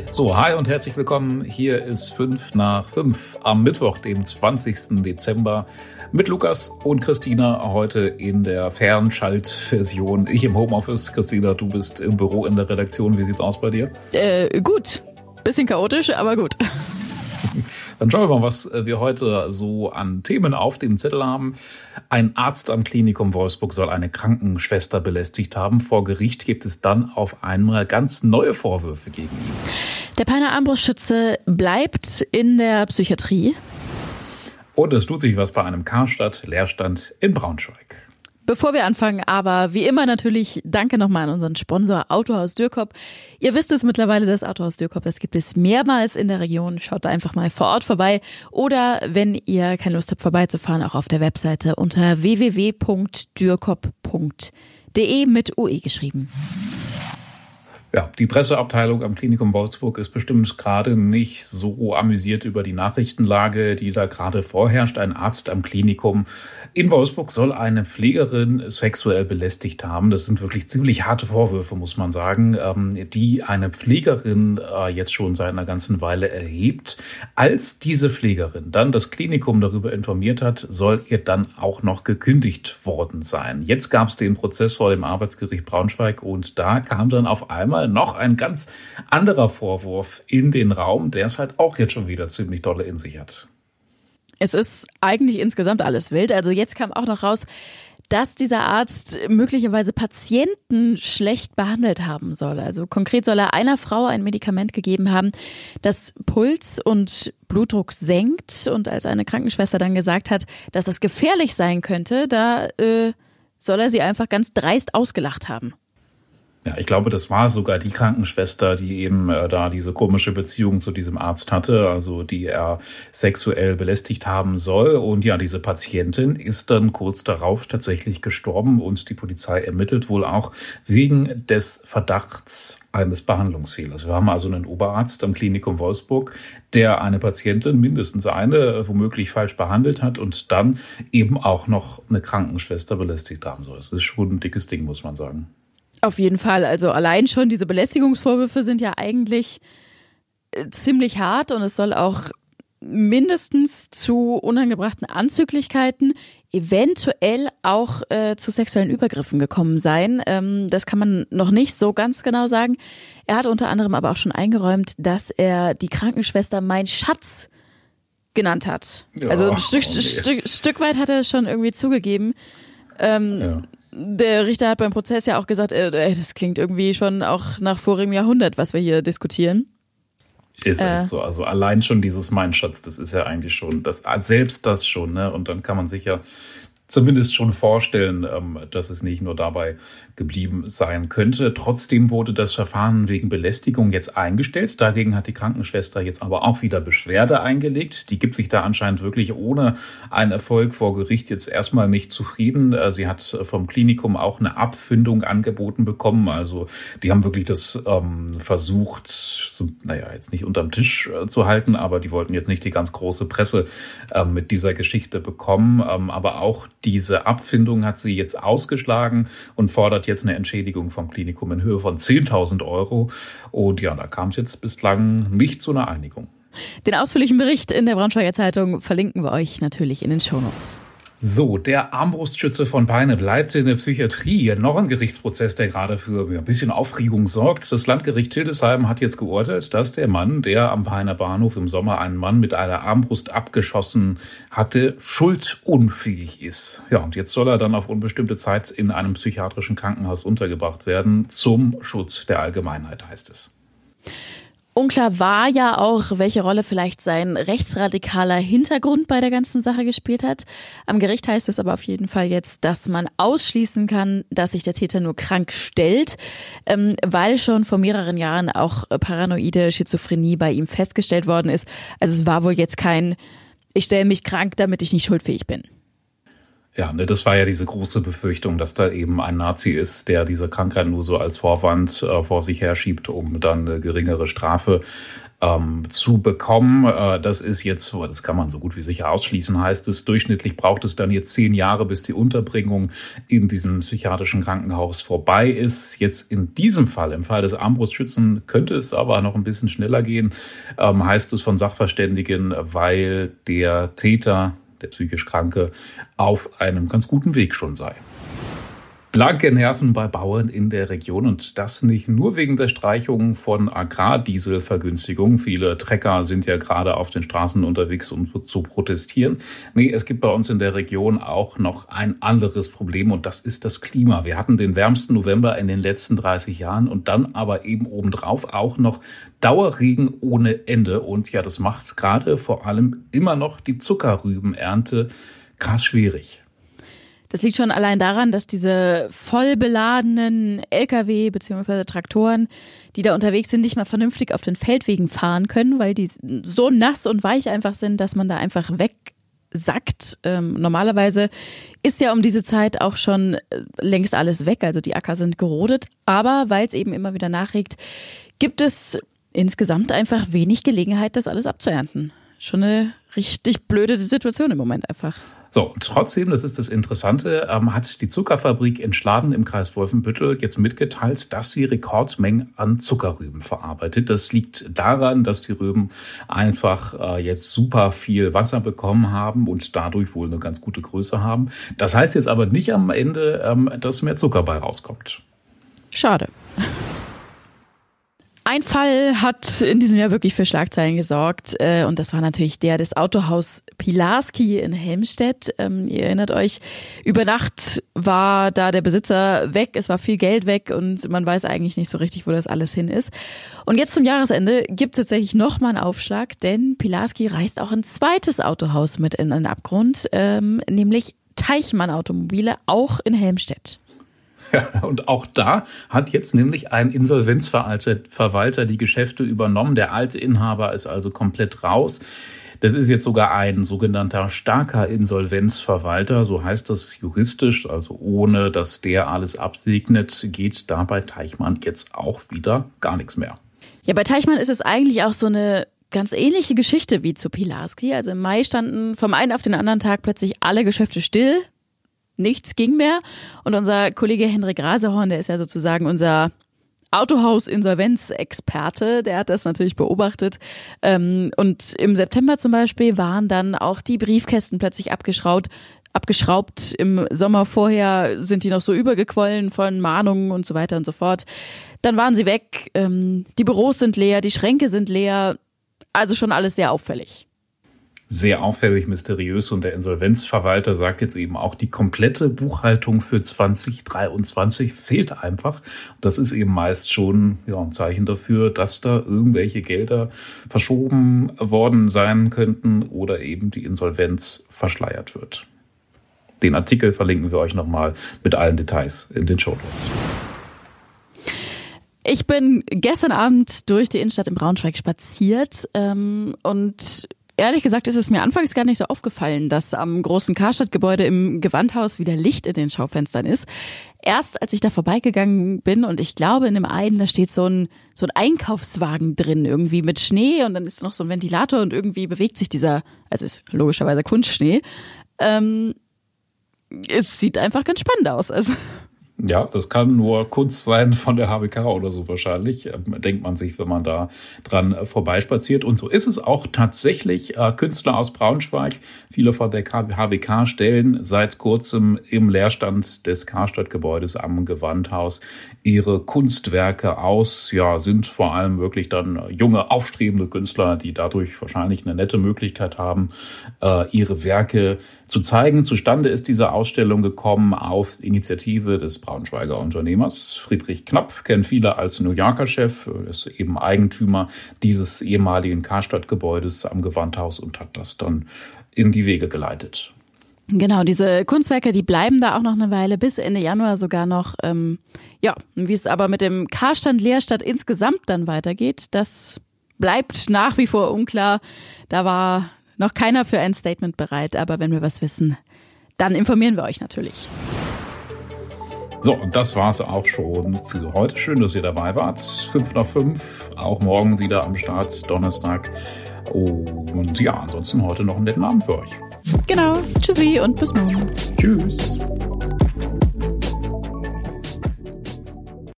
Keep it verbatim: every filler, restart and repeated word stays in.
So, hi und herzlich willkommen. Hier ist fünf nach fünf am Mittwoch, dem zwanzigsten Dezember mit Lukas und Christina heute in der Fernschaltversion. Ich im Homeoffice. Christina, du bist im Büro in der Redaktion. Wie sieht's aus bei dir? Äh, gut. Bisschen chaotisch, aber gut. Dann schauen wir mal, was wir heute so an Themen auf dem Zettel haben. Ein Arzt am Klinikum Wolfsburg soll eine Krankenschwester belästigt haben. Vor Gericht gibt es dann auf einmal ganz neue Vorwürfe gegen ihn. Der Peiner Armbrustschütze bleibt in der Psychiatrie. Und es tut sich was bei einem Karstadt-Leerstand in Braunschweig. Bevor wir anfangen, aber wie immer natürlich danke nochmal an unseren Sponsor Autohaus Dürkop. Ihr wisst es mittlerweile, das Autohaus Dürkop, das gibt es mehrmals in der Region. Schaut da einfach mal vor Ort vorbei oder wenn ihr keine Lust habt vorbeizufahren, auch auf der Webseite unter w w w punkt dürkop punkt d e mit O E geschrieben. Ja, die Presseabteilung am Klinikum Wolfsburg ist bestimmt gerade nicht so amüsiert über die Nachrichtenlage, die da gerade vorherrscht. Ein Arzt am Klinikum in Wolfsburg soll eine Pflegerin sexuell belästigt haben. Das sind wirklich ziemlich harte Vorwürfe, muss man sagen, die eine Pflegerin jetzt schon seit einer ganzen Weile erhebt. Als diese Pflegerin dann das Klinikum darüber informiert hat, soll ihr dann auch noch gekündigt worden sein. Jetzt gab es den Prozess vor dem Arbeitsgericht Braunschweig und da kam dann auf einmal noch ein ganz anderer Vorwurf in den Raum, der es halt auch jetzt schon wieder ziemlich dolle in sich hat. Es ist eigentlich insgesamt alles wild. Also jetzt kam auch noch raus, dass dieser Arzt möglicherweise Patienten schlecht behandelt haben soll. Also konkret soll er einer Frau ein Medikament gegeben haben, das Puls und Blutdruck senkt. Und als eine Krankenschwester dann gesagt hat, dass das gefährlich sein könnte, da äh, soll er sie einfach ganz dreist ausgelacht haben. Ja, ich glaube, das war sogar die Krankenschwester, die eben äh, da diese komische Beziehung zu diesem Arzt hatte, also die er sexuell belästigt haben soll. Und ja, diese Patientin ist dann kurz darauf tatsächlich gestorben und die Polizei ermittelt wohl auch wegen des Verdachts eines Behandlungsfehlers. Wir haben also einen Oberarzt am Klinikum Wolfsburg, der eine Patientin, mindestens eine, womöglich falsch behandelt hat und dann eben auch noch eine Krankenschwester belästigt haben soll. Das ist schon ein dickes Ding, muss man sagen. Auf jeden Fall. Also allein schon diese Belästigungsvorwürfe sind ja eigentlich ziemlich hart und es soll auch mindestens zu unangebrachten Anzüglichkeiten, eventuell auch äh, zu sexuellen Übergriffen gekommen sein. Ähm, das kann man noch nicht so ganz genau sagen. Er hat unter anderem aber auch schon eingeräumt, dass er die Krankenschwester mein Schatz genannt hat. Ja, also ein Stück, okay. Stück, Stück weit hat er es schon irgendwie zugegeben. Ähm, ja. Der Richter hat beim Prozess ja auch gesagt, äh, das klingt irgendwie schon auch nach vorigem Jahrhundert, was wir hier diskutieren. Ist echt äh. so. Also allein schon dieses Mein Schatz, das ist ja eigentlich schon, das selbst das schon, ne? Und dann kann man sich ja zumindest schon vorstellen, dass es nicht nur dabei geblieben sein könnte. Trotzdem wurde das Verfahren wegen Belästigung jetzt eingestellt. Dagegen hat die Krankenschwester jetzt aber auch wieder Beschwerde eingelegt. Die gibt sich da anscheinend wirklich ohne einen Erfolg vor Gericht jetzt erstmal nicht zufrieden. Sie hat vom Klinikum auch eine Abfindung angeboten bekommen. Also die haben wirklich das ähm, versucht, so, naja, jetzt nicht unterm Tisch äh, zu halten, aber die wollten jetzt nicht die ganz große Presse äh, mit dieser Geschichte bekommen. Ähm, aber auch diese Abfindung hat sie jetzt ausgeschlagen und fordert jetzt eine Entschädigung vom Klinikum in Höhe von zehntausend Euro. Und ja, da kam es jetzt bislang nicht zu einer Einigung. Den ausführlichen Bericht in der Braunschweiger Zeitung verlinken wir euch natürlich in den Shownotes. So, der Armbrustschütze von Peine bleibt in der Psychiatrie. Noch ein Gerichtsprozess, der gerade für ein bisschen Aufregung sorgt. Das Landgericht Hildesheim hat jetzt geurteilt, dass der Mann, der am Peiner Bahnhof im Sommer einen Mann mit einer Armbrust abgeschossen hatte, schuldunfähig ist. Ja, und jetzt soll er dann auf unbestimmte Zeit in einem psychiatrischen Krankenhaus untergebracht werden, zum Schutz der Allgemeinheit, heißt es. Unklar war ja auch, welche Rolle vielleicht sein rechtsradikaler Hintergrund bei der ganzen Sache gespielt hat. Am Gericht heißt es aber auf jeden Fall jetzt, dass man ausschließen kann, dass sich der Täter nur krank stellt, weil schon vor mehreren Jahren auch paranoide Schizophrenie bei ihm festgestellt worden ist. Also es war wohl jetzt kein, ich stelle mich krank, damit ich nicht schuldfähig bin. Ja, ne, das war ja diese große Befürchtung, dass da eben ein Nazi ist, der diese Krankheit nur so als Vorwand äh, vor sich herschiebt, um dann eine geringere Strafe ähm, zu bekommen. Äh, das ist jetzt, das kann man so gut wie sicher ausschließen, heißt es. Durchschnittlich braucht es dann jetzt zehn Jahre, bis die Unterbringung in diesem psychiatrischen Krankenhaus vorbei ist. Jetzt in diesem Fall, im Fall des Armbrustschützen, könnte es aber noch ein bisschen schneller gehen, ähm, heißt es von Sachverständigen, weil der Täter, der psychisch Kranke, auf einem ganz guten Weg schon sei. Blanke Nerven bei Bauern in der Region und das nicht nur wegen der Streichung von Agrardieselvergünstigungen. Viele Trecker sind ja gerade auf den Straßen unterwegs, um zu protestieren. Nee, es gibt bei uns in der Region auch noch ein anderes Problem und das ist das Klima. Wir hatten den wärmsten November in den letzten dreißig Jahren und dann aber eben obendrauf auch noch Dauerregen ohne Ende. Und ja, das macht gerade vor allem immer noch die Zuckerrübenernte krass schwierig. Das liegt schon allein daran, dass diese voll beladenen L K W bzw. Traktoren, die da unterwegs sind, nicht mal vernünftig auf den Feldwegen fahren können, weil die so nass und weich einfach sind, dass man da einfach wegsackt. Ähm, normalerweise ist ja um diese Zeit auch schon längst alles weg, also die Acker sind gerodet. Aber weil es eben immer wieder nachregt, gibt es insgesamt einfach wenig Gelegenheit, das alles abzuernten. Schon eine richtig blöde Situation im Moment einfach. So, trotzdem, das ist das Interessante, ähm, hat die Zuckerfabrik in Schladen im Kreis Wolfenbüttel jetzt mitgeteilt, dass sie Rekordmengen an Zuckerrüben verarbeitet. Das liegt daran, dass die Rüben einfach äh, jetzt super viel Wasser bekommen haben und dadurch wohl eine ganz gute Größe haben. Das heißt jetzt aber nicht am Ende, ähm, dass mehr Zucker bei rauskommt. Schade. Ein Fall hat in diesem Jahr wirklich für Schlagzeilen gesorgt äh, und das war natürlich der des Autohaus Pilarski in Helmstedt. Ähm, ihr erinnert euch, über Nacht war da der Besitzer weg, es war viel Geld weg und man weiß eigentlich nicht so richtig, wo das alles hin ist. Und jetzt zum Jahresende gibt es tatsächlich nochmal einen Aufschlag, denn Pilarski reißt auch ein zweites Autohaus mit in den Abgrund, ähm, nämlich Teichmann Automobile, auch in Helmstedt. Ja, und auch da hat jetzt nämlich ein Insolvenzverwalter die Geschäfte übernommen. Der alte Inhaber ist also komplett raus. Das ist jetzt sogar ein sogenannter starker Insolvenzverwalter, so heißt das juristisch. Also ohne, dass der alles absegnet, geht da bei Teichmann jetzt auch wieder gar nichts mehr. Ja, bei Teichmann ist es eigentlich auch so eine ganz ähnliche Geschichte wie zu Pilarski. Also im Mai standen vom einen auf den anderen Tag plötzlich alle Geschäfte still. Nichts ging mehr. Und unser Kollege Henrik Rasehorn, der ist ja sozusagen unser Autohaus-Insolvenzexperte, der hat das natürlich beobachtet. Und im September zum Beispiel waren dann auch die Briefkästen plötzlich abgeschraubt. abgeschraubt. Im Sommer vorher sind die noch so übergequollen von Mahnungen und so weiter und so fort. Dann waren sie weg. Die Büros sind leer, die Schränke sind leer. Also schon alles sehr auffällig. Sehr auffällig, mysteriös und der Insolvenzverwalter sagt jetzt eben auch, die komplette Buchhaltung für zwanzig dreiundzwanzig fehlt einfach. Das ist eben meist schon ja, ein Zeichen dafür, dass da irgendwelche Gelder verschoben worden sein könnten oder eben die Insolvenz verschleiert wird. Den Artikel verlinken wir euch nochmal mit allen Details in den Shownotes. Ich bin gestern Abend durch die Innenstadt in Braunschweig spaziert ähm, und ehrlich gesagt ist es mir anfangs gar nicht so aufgefallen, dass am großen Karstadt-Gebäude im Gewandhaus wieder Licht in den Schaufenstern ist. Erst als ich da vorbeigegangen bin und ich glaube, in dem einen, da steht so ein, so ein Einkaufswagen drin, irgendwie mit Schnee und dann ist noch so ein Ventilator und irgendwie bewegt sich dieser, also ist logischerweise Kunstschnee. Ähm, es sieht einfach ganz spannend aus. Also. Ja, das kann nur Kunst sein von der H B K oder so wahrscheinlich, denkt man sich, wenn man da dran vorbeispaziert. Und so ist es auch tatsächlich. Künstler aus Braunschweig, viele von der H B K stellen seit kurzem im Leerstand des Karstadt-Gebäudes am Gewandhaus ihre Kunstwerke aus. Ja, sind vor allem wirklich dann junge, aufstrebende Künstler, die dadurch wahrscheinlich eine nette Möglichkeit haben, ihre Werke zu zeigen. Zustande ist diese Ausstellung gekommen auf Initiative des Braunschweiger Unternehmers Friedrich Knapp, kennen viele als New Yorker Chef, ist eben Eigentümer dieses ehemaligen Karstadt-Gebäudes am Gewandhaus und hat das dann in die Wege geleitet. Genau, diese Kunstwerke, die bleiben da auch noch eine Weile, bis Ende Januar sogar noch. Ähm, ja, wie es aber mit dem Karstadt Leerstadt insgesamt dann weitergeht, das bleibt nach wie vor unklar. Da war noch keiner für ein Statement bereit, aber wenn wir was wissen, dann informieren wir euch natürlich. So, und das war's auch schon für heute. Schön, dass ihr dabei wart. fünf nach fünf, auch morgen wieder am Start, Donnerstag. Und ja, ansonsten heute noch einen netten Abend für euch. Genau. Tschüssi und bis morgen. Tschüss.